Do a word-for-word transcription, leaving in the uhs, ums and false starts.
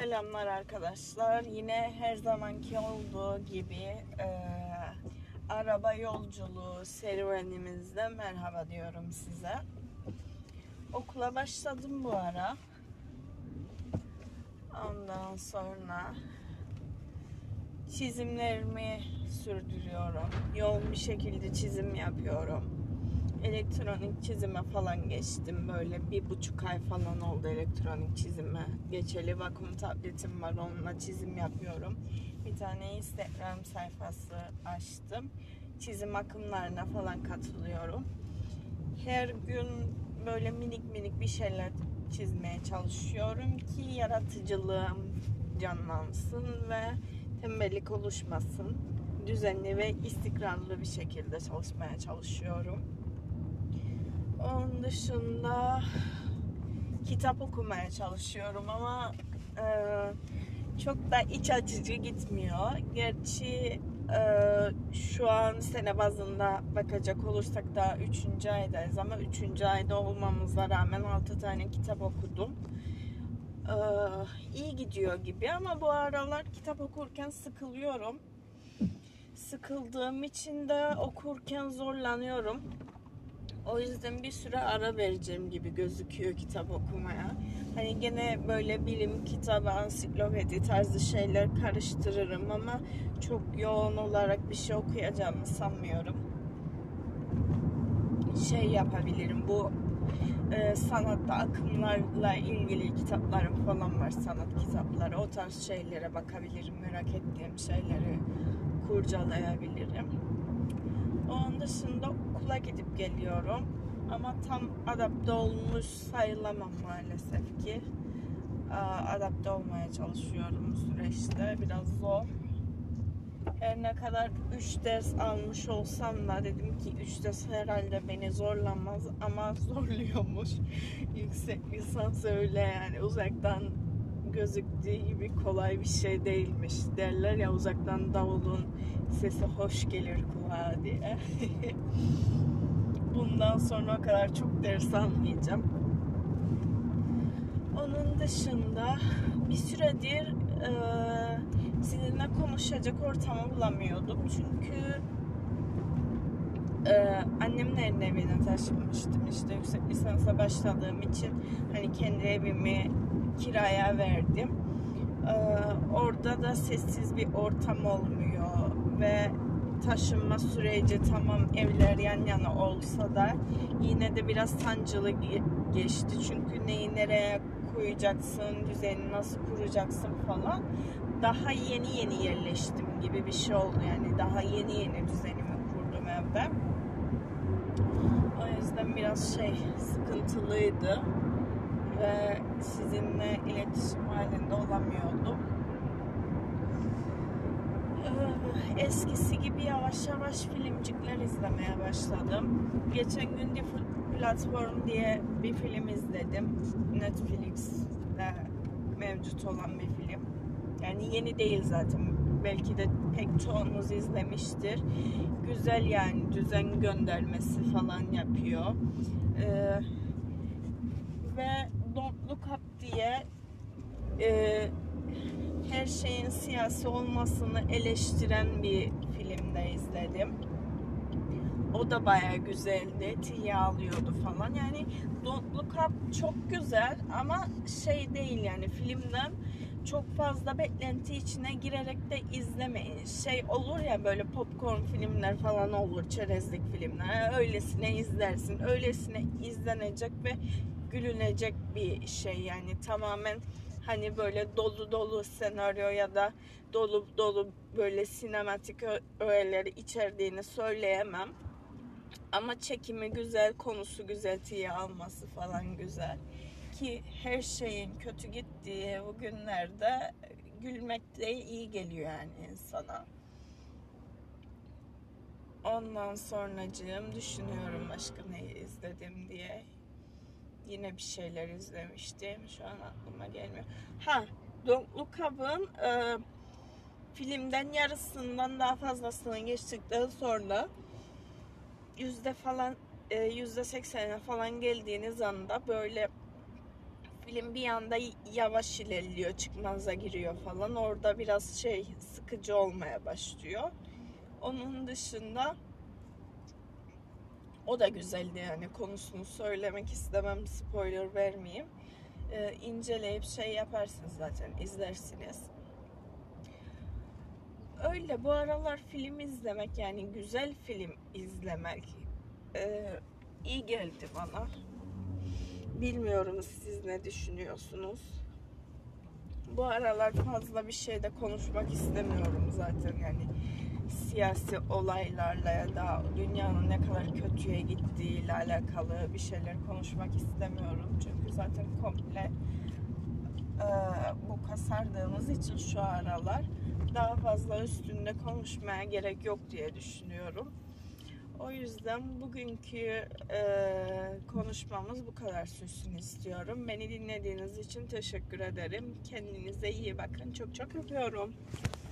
Selamlar arkadaşlar. Yine her zamanki olduğu gibi e, araba yolculuğu serüvenimizde merhaba diyorum size. Okula başladım bu ara. Ondan sonra çizimlerimi sürdürüyorum. Yoğun bir şekilde çizim yapıyorum. Elektronik çizime falan geçtim. Böyle bir buçuk ay falan oldu elektronik çizime geçeli. Vakum tabletim var, onunla çizim yapıyorum. Bir tane Instagram sayfası açtım. Çizim akımlarına falan katılıyorum. Her gün böyle minik minik bir şeyler çizmeye çalışıyorum ki yaratıcılığım canlansın ve tembellik oluşmasın. Düzenli ve istikrarlı bir şekilde çalışmaya çalışıyorum. Onun dışında kitap okumaya çalışıyorum ama e, çok da iç açıcı gitmiyor. Gerçi e, şu an sene bazında bakacak olursak daha üçüncü aydayız ama üçüncü ayda olmamıza rağmen altı tane kitap okudum. E, iyi gidiyor gibi ama bu aralar kitap okurken sıkılıyorum. Sıkıldığım için de okurken zorlanıyorum. O yüzden bir süre ara vereceğim gibi gözüküyor kitap okumaya. Hani gene böyle bilim kitabı, ansiklopedi tarzı şeyler karıştırırım ama çok yoğun olarak bir şey okuyacağımı sanmıyorum. Şey yapabilirim, bu e, sanatta akımlarla ilgili kitaplarım falan var, sanat kitapları. O tarz şeylere bakabilirim, merak ettiğim şeyleri kurcalayabilirim. Onun dışında okula gidip geliyorum. Ama tam adapte olmuş sayılamam maalesef ki. Adapte olmaya çalışıyorum süreçte. Biraz zor. Her ne kadar üç ders almış olsam da dedim ki üç ders herhalde beni zorlamaz ama zorluyormuş. Yüksek lisans öyle yani, uzaktan gözüktüğü gibi kolay bir şey değilmiş. Derler ya, uzaktan davulun sesi hoş gelir kulağa diye. Bundan sonra o kadar çok ders almayacağım. Onun dışında bir süredir e, sizinle konuşacak ortamı bulamıyordum. Çünkü e, annemlerin evine taşınmıştım. İşte yüksek lisansa başladığım için hani kendi evimi kiraya verdim. Ee, orada da sessiz bir ortam olmuyor ve taşınma süreci tamam evler yan yana olsa da yine de biraz sancılı geçti. Çünkü neyi nereye koyacaksın, düzeni nasıl kuracaksın falan. Daha yeni yeni yerleştim gibi bir şey oldu. Yani daha yeni yeni düzenimi kurdum evde. O yüzden biraz şey sıkıntılıydı. Ve sizinle iletişim halinde olamıyordum. Eskisi gibi yavaş yavaş filmcikler izlemeye başladım. Geçen gün The Platform diye bir film izledim. Netflix'te mevcut olan bir film. Yani yeni değil zaten. Belki de pek çoğunuz izlemiştir. Güzel yani, düzen göndermesi falan yapıyor. Ee, ve Don't Look Up diye e, her şeyin siyasi olmasını eleştiren bir filmde izledim. O da bayağı güzeldi. Tiye alıyordu falan. Yani Don't Look Up çok güzel ama şey değil yani, filmden çok fazla beklenti içine girerek de izlemeyin. Şey olur ya, böyle popcorn filmler falan olur, çerezlik filmler. Öylesine izlersin. Öylesine izlenecek ve gülünecek bir şey yani, tamamen hani böyle dolu dolu senaryo ya da dolu dolu böyle sinematik öğeleri içerdiğini söyleyemem. Ama çekimi güzel, konusu güzel, tiye alması falan güzel. Ki her şeyin kötü gittiği bu günlerde gülmek de iyi geliyor yani insana. Ondan sonracığım düşünüyorum başka neyi izledim diye. Yine bir şeyler izlemiştim. Şu an aklıma gelmiyor. Ha, Don't Look Up'ın e, filmden yarısından daha fazlasını geçtikten sonra yüzde falan e, yüzde seksene falan geldiğiniz anda böyle film bir anda yavaş ilerliyor, çıkmaza giriyor falan. Orada biraz şey sıkıcı olmaya başlıyor. Onun dışında o da güzeldi yani, konusunu söylemek istemem, spoiler vermeyeyim. Ee, inceleyip şey yaparsınız zaten, izlersiniz. Öyle bu aralar film izlemek, yani güzel film izlemek e, iyi geldi bana. Bilmiyorum siz ne düşünüyorsunuz? Bu aralar fazla bir şeyde konuşmak istemiyorum zaten, yani siyasi olaylarla ya da dünyanın ne kadar kötüye gittiğiyle alakalı bir şeyler konuşmak istemiyorum. Çünkü zaten komple e, bu kasardığımız için şu aralar daha fazla üstünde konuşmaya gerek yok diye düşünüyorum. O yüzden bugünkü e, konuşmamız bu kadar sürsün istiyorum. Beni dinlediğiniz için teşekkür ederim. Kendinize iyi bakın. Çok çok öpüyorum.